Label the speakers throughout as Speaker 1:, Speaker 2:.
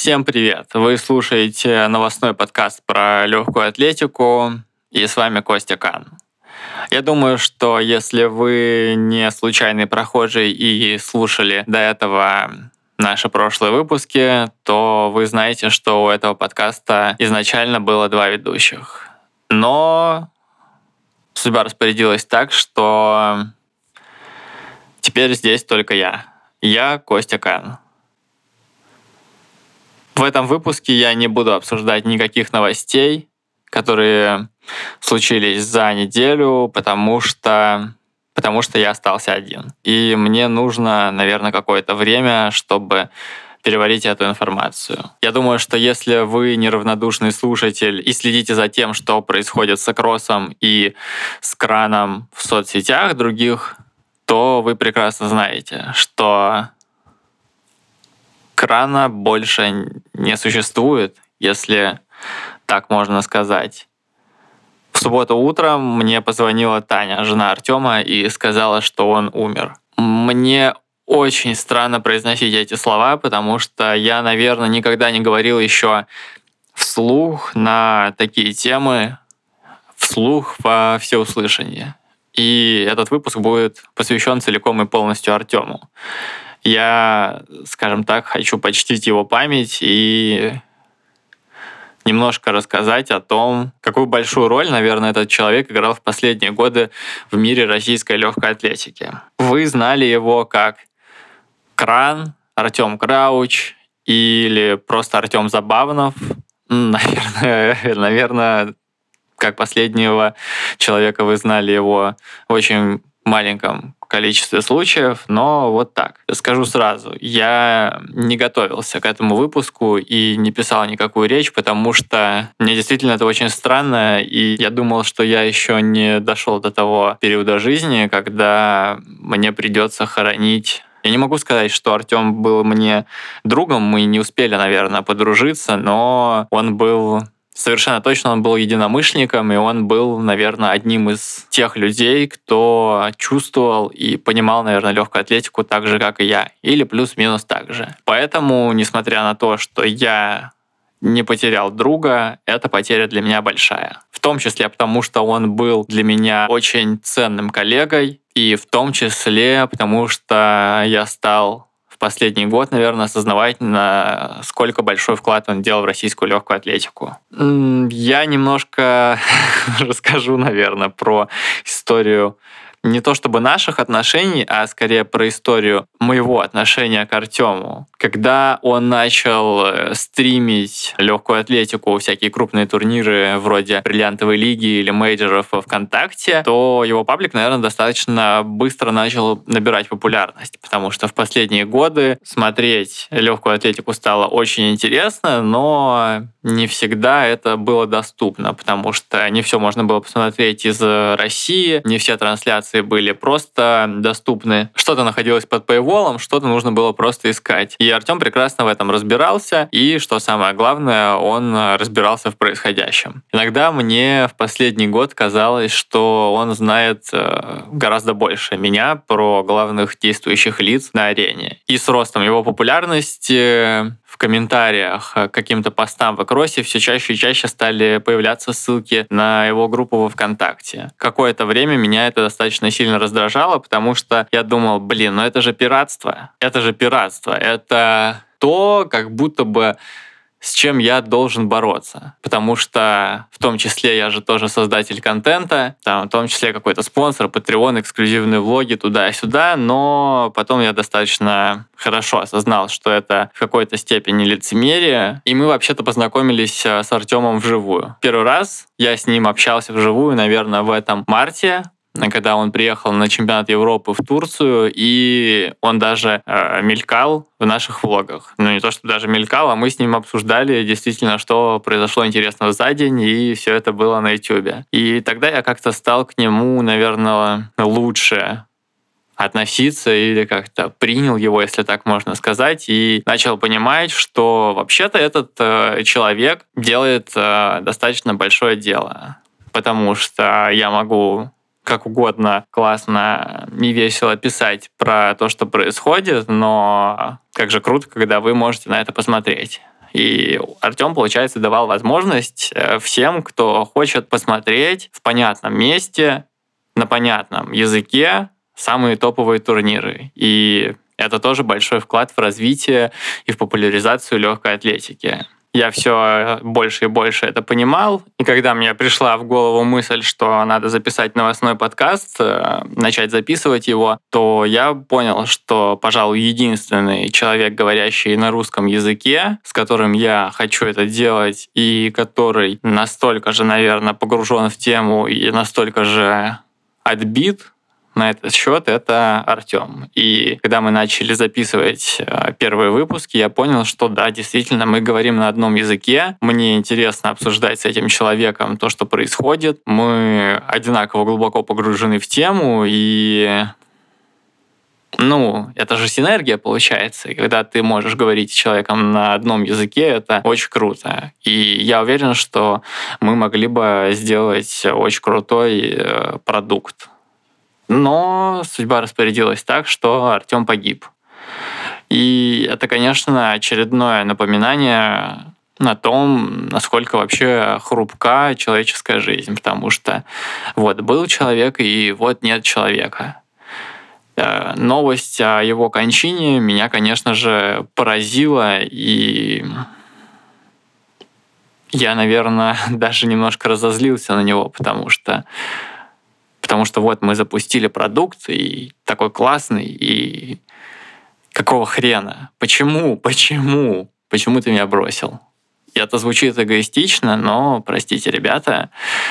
Speaker 1: Всем привет! Вы слушаете новостной подкаст про легкую атлетику, и с вами Костя Кан. Я думаю, что если вы не случайный прохожий и слушали до этого наши прошлые выпуски, то вы знаете, что у этого подкаста изначально было 2 ведущих. Но судьба распорядилась так, что теперь здесь только я. Я Костя Кан. В этом выпуске я не буду обсуждать никаких новостей, которые случились за неделю, потому что я остался один. И мне нужно, наверное, какое-то время, чтобы переварить эту информацию. Я думаю, что если вы неравнодушный слушатель и следите за тем, что происходит с Акросом и с Краном в соцсетях других, то вы прекрасно знаете, что Крана больше не существует, если так можно сказать. В субботу утром мне позвонила Таня, жена Артема, и сказала, что он умер. Мне очень странно произносить эти слова, потому что я, наверное, никогда не говорил еще вслух на такие темы, вслух во всеуслышание. И этот выпуск будет посвящен целиком и полностью Артему. Я, скажем так, хочу почтить его память и немножко рассказать о том, какую большую роль, наверное, этот человек играл в последние годы в мире российской легкой атлетики. Вы знали его как Кран, Артем Крауч или просто Артем Забавнов. Наверное, как последнего человека вы знали его в очень маленьком количестве случаев, но вот так. Скажу сразу, я не готовился к этому выпуску и не писал никакую речь, потому что мне действительно это очень странно, и я думал, что я еще не дошел до того периода жизни, когда мне придется хоронить. Я не могу сказать, что Артем был мне другом, мы не успели, наверное, подружиться, но он был... Совершенно точно он был единомышленником, и он был, наверное, одним из тех людей, кто чувствовал и понимал, наверное, легкую атлетику так же, как и я, или плюс-минус так же. Поэтому, несмотря на то, что я не потерял друга, эта потеря для меня большая. В том числе потому, что он был для меня очень ценным коллегой, и в том числе потому, что я стал в последний год, наверное, осознавать, насколько большой вклад он делал в российскую легкую атлетику. Я немножко расскажу, наверное, про историю не то чтобы наших отношений, а скорее про историю моего отношения к Артему. Когда он начал стримить легкую атлетику, всякие крупные турниры вроде Бриллиантовой лиги или мейджоров во ВКонтакте, то его паблик, наверное, достаточно быстро начал набирать популярность, потому что в последние годы смотреть легкую атлетику стало очень интересно, но не всегда это было доступно, потому что не все можно было посмотреть из России, не все трансляции были просто доступны. Что-то находилось под пейволом, что-то нужно было просто искать. И Артем прекрасно в этом разбирался, и, что самое главное, он разбирался в происходящем. Иногда мне в последний год казалось, что он знает гораздо больше меня про главных действующих лиц на арене. И с ростом его популярности в комментариях к каким-то постам в Акросе все чаще и чаще стали появляться ссылки на его группу во ВКонтакте. Какое-то время меня это достаточно сильно раздражало, потому что я думал, ну это же пиратство. Это же пиратство. Это то, как будто бы с чем я должен бороться. Потому что в том числе я же тоже создатель контента, там, в том числе какой-то спонсор, Patreon, эксклюзивные влоги туда-сюда, но потом я достаточно хорошо осознал, что это в какой-то степени лицемерие, и мы вообще-то познакомились с Артемом вживую. Первый раз я с ним общался вживую, наверное, в этом марте, когда он приехал на чемпионат Европы в Турцию, и он даже мелькал в наших влогах. Ну, не то, что даже мелькал, а мы с ним обсуждали действительно, что произошло интересного за день, и все это было на YouTube. И тогда я как-то стал к нему, наверное, лучше относиться или как-то принял его, если так можно сказать, и начал понимать, что вообще-то этот человек делает достаточно большое дело. Потому что я могу как угодно классно и весело писать про то, что происходит, но как же круто, когда вы можете на это посмотреть. И Артем, получается, давал возможность всем, кто хочет посмотреть в понятном месте, на понятном языке самые топовые турниры. И это тоже большой вклад в развитие и в популяризацию легкой атлетики. Я все больше и больше это понимал. И когда мне пришла в голову мысль, что надо записать новостной подкаст, начать записывать его, то я понял, что, пожалуй, единственный человек, говорящий на русском языке, с которым я хочу это делать, и который настолько же, наверное, погружен в тему и настолько же отбит на этот счет, это Артем. И когда мы начали записывать первые выпуски, я понял, что да, действительно, мы говорим на одном языке. Мне интересно обсуждать с этим человеком то, что происходит. Мы одинаково глубоко погружены в тему, и это же синергия получается. И когда ты можешь говорить с человеком на одном языке, это очень круто. И я уверен, что мы могли бы сделать очень крутой продукт. Но судьба распорядилась так, что Артем погиб. И это, конечно, очередное напоминание о том, насколько вообще хрупка человеческая жизнь. Потому что вот был человек, и вот нет человека. Новость о его кончине меня, конечно же, поразила, и я, наверное, даже немножко разозлился на него, потому что вот мы запустили продукт, и такой классный, и какого хрена? Почему? Почему ты меня бросил? И это звучит эгоистично, но, простите, ребята,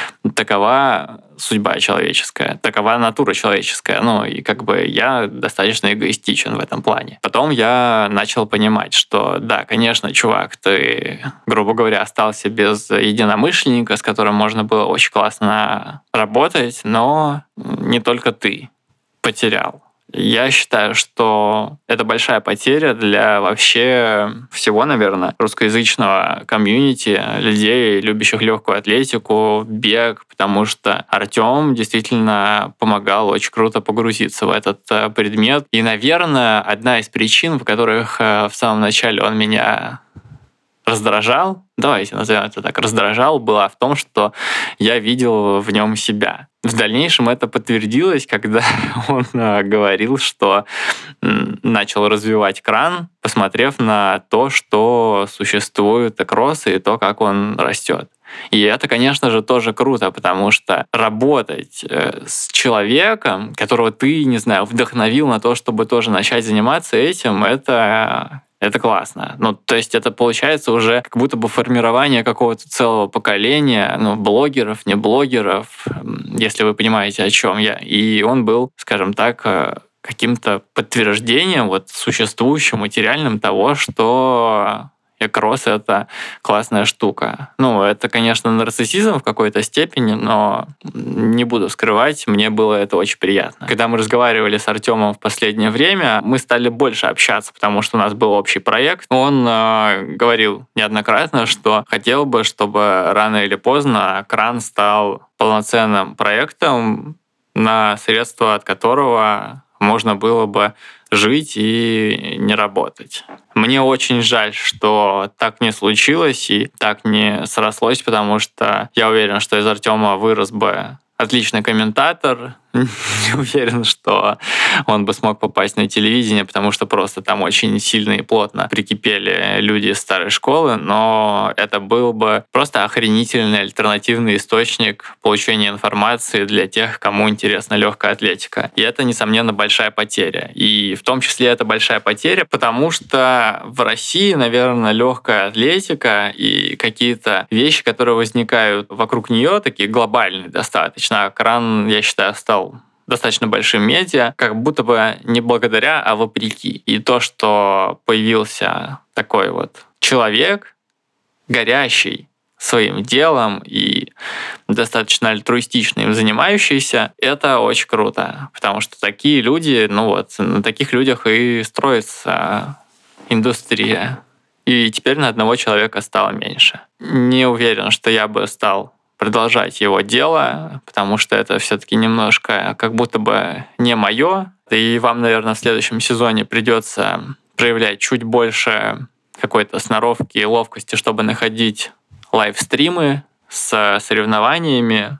Speaker 1: такова судьба человеческая, такова натура человеческая. И я достаточно эгоистичен в этом плане. Потом я начал понимать, что да, конечно, чувак, ты, грубо говоря, остался без единомышленника, с которым можно было очень классно работать, но не только ты потерял. Я считаю, что это большая потеря для вообще всего, наверное, русскоязычного комьюнити, людей, любящих легкую атлетику, бег, потому что Артем действительно помогал очень круто погрузиться в этот предмет. И, наверное, одна из причин, по которых в самом начале он меня раздражал, давайте назовем это так, раздражал, была в том, что я видел в нем себя. В дальнейшем это подтвердилось, когда он говорил, что начал развивать кран, посмотрев на то, что существуют кроссы и то, как он растет. И это, конечно же, тоже круто, потому что работать с человеком, которого ты, не знаю, вдохновил на то, чтобы тоже начать заниматься этим, это классно. То есть это получается уже как будто бы формирование какого-то целого поколения, блогеров, не блогеров, если вы понимаете, о чем я. И он был, скажем так, каким-то подтверждением существующим, материальным того, что кросс — это классная штука. Это, конечно, нарциссизм в какой-то степени, но не буду скрывать, мне было это очень приятно. Когда мы разговаривали с Артемом в последнее время, мы стали больше общаться, потому что у нас был общий проект. Он говорил неоднократно, что хотел бы, чтобы рано или поздно кран стал полноценным проектом, на средства от которого можно было бы жить и не работать. Мне очень жаль, что так не случилось и так не срослось, потому что я уверен, что из Артема вырос бы отличный комментатор. Не уверен, что он бы смог попасть на телевидение, потому что просто там очень сильно и плотно прикипели люди из старой школы, но это был бы просто охренительный альтернативный источник получения информации для тех, кому интересна легкая атлетика. И это, несомненно, большая потеря. И в том числе это большая потеря, потому что в России, наверное, легкая атлетика и какие-то вещи, которые возникают вокруг нее, такие глобальные достаточно. Кран, я считаю, стал достаточно большим медиа, как будто бы не благодаря, а вопреки. И то, что появился такой человек, горящий своим делом и достаточно альтруистично им занимающийся, это очень круто. Потому что такие люди, на таких людях и строится индустрия. И теперь на одного человека стало меньше. Не уверен, что я бы стал продолжать его дело, потому что это все-таки немножко как будто бы не мое. И вам, наверное, в следующем сезоне придется проявлять чуть больше какой-то сноровки и ловкости, чтобы находить лайвстримы с соревнованиями,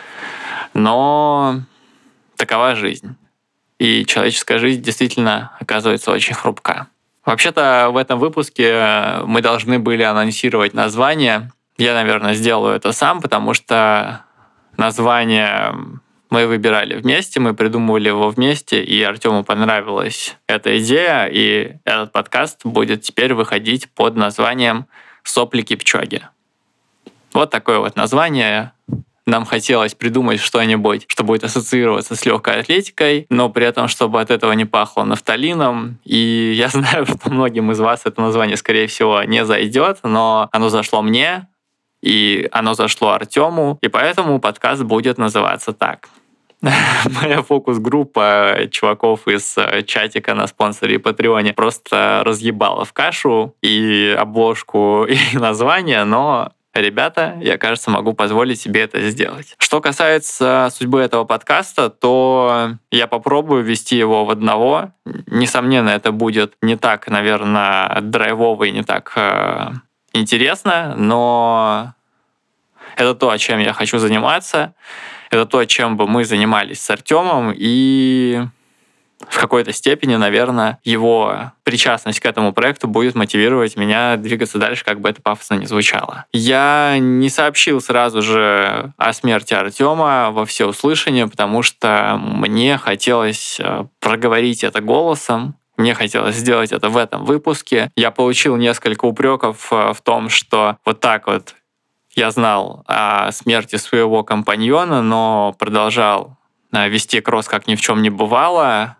Speaker 1: но такова жизнь. И человеческая жизнь действительно оказывается очень хрупка. Вообще-то в этом выпуске мы должны были анонсировать название. Я, наверное, сделаю это сам, потому что название мы выбирали вместе, мы придумывали его вместе, и Артему понравилась эта идея, и этот подкаст будет теперь выходить под названием «Сопли Кипчоги». Вот такое вот название. Нам хотелось придумать что-нибудь, что будет ассоциироваться с легкой атлетикой, но при этом, чтобы от этого не пахло нафталином. И я знаю, что многим из вас это название, скорее всего, не зайдет, но оно зашло мне, и оно зашло Артему, и поэтому подкаст будет называться так. Моя фокус-группа чуваков из чатика на спонсоре и Патреоне просто разъебала в кашу и обложку, и название, но ребята, я, кажется, могу позволить себе это сделать. Что касается судьбы этого подкаста, то я попробую ввести его в одного. Несомненно, это будет не так, наверное, драйвово и не так интересно, но это то, чем я хочу заниматься. Это то, чем бы мы занимались с Артемом, и в какой-то степени, наверное, его причастность к этому проекту будет мотивировать меня двигаться дальше, как бы это пафосно ни звучало. Я не сообщил сразу же о смерти Артема во всеуслышание, потому что мне хотелось проговорить это голосом. Мне хотелось сделать это в этом выпуске. Я получил несколько упреков в том, что вот так вот я знал о смерти своего компаньона, но продолжал вести кросс, как ни в чем не бывало.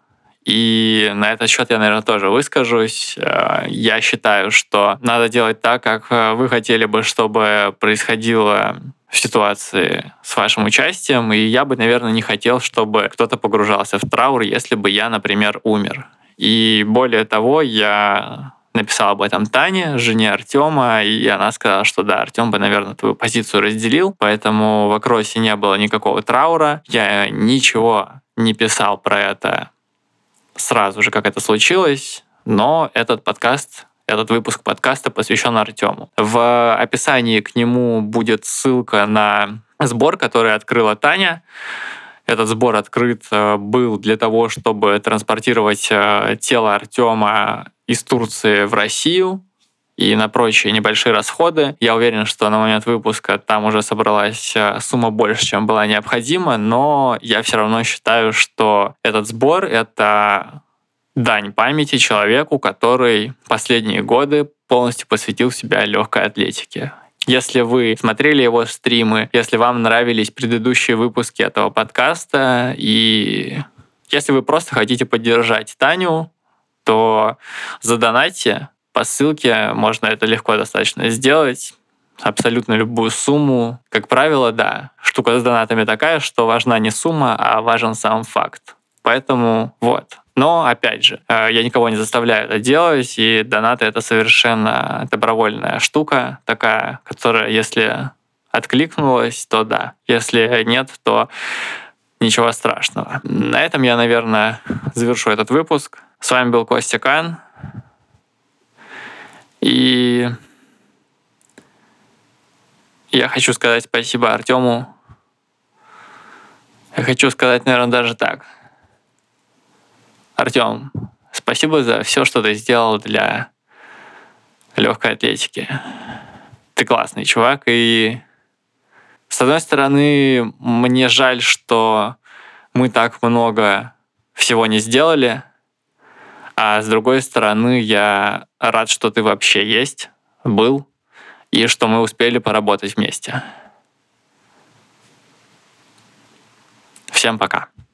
Speaker 1: И на этот счет я, наверное, тоже выскажусь. Я считаю, что надо делать так, как вы хотели бы, чтобы происходило в ситуации с вашим участием. И я бы, наверное, не хотел, чтобы кто-то погружался в траур, если бы я, например, умер. И более того, я написал об этом Тане, жене Артема, и она сказала, что да, Артем бы, наверное, твою позицию разделил, поэтому в «Акросе» не было никакого траура. Я ничего не писал про это сразу же, как это случилось, но этот выпуск подкаста посвящен Артему. В описании к нему будет ссылка на сбор, который открыла Таня. Этот сбор открыт был для того, чтобы транспортировать тело Артема из Турции в Россию и на прочие небольшие расходы. Я уверен, что на момент выпуска там уже собралась сумма больше, чем была необходима, но я все равно считаю, что этот сбор — это дань памяти человеку, который последние годы полностью посвятил себя легкой атлетике. Если вы смотрели его стримы, если вам нравились предыдущие выпуски этого подкаста, и если вы просто хотите поддержать Таню, то задонатьте по ссылке, можно это легко достаточно сделать, абсолютно любую сумму. Как правило, да, штука с донатами такая, что важна не сумма, а важен сам факт. Поэтому вот. Но, опять же, я никого не заставляю это делать, и донаты — это совершенно добровольная штука такая, которая, если откликнулась, то да. Если нет, то ничего страшного. На этом я, наверное, завершу этот выпуск. С вами был Костя Кан. И я хочу сказать спасибо Артему. Я хочу сказать, наверное, даже так. Артем, спасибо за все, что ты сделал для легкой атлетики. Ты классный чувак, и с одной стороны, мне жаль, что мы так много всего не сделали, а с другой стороны, я рад, что ты вообще есть, был, и что мы успели поработать вместе. Всем пока.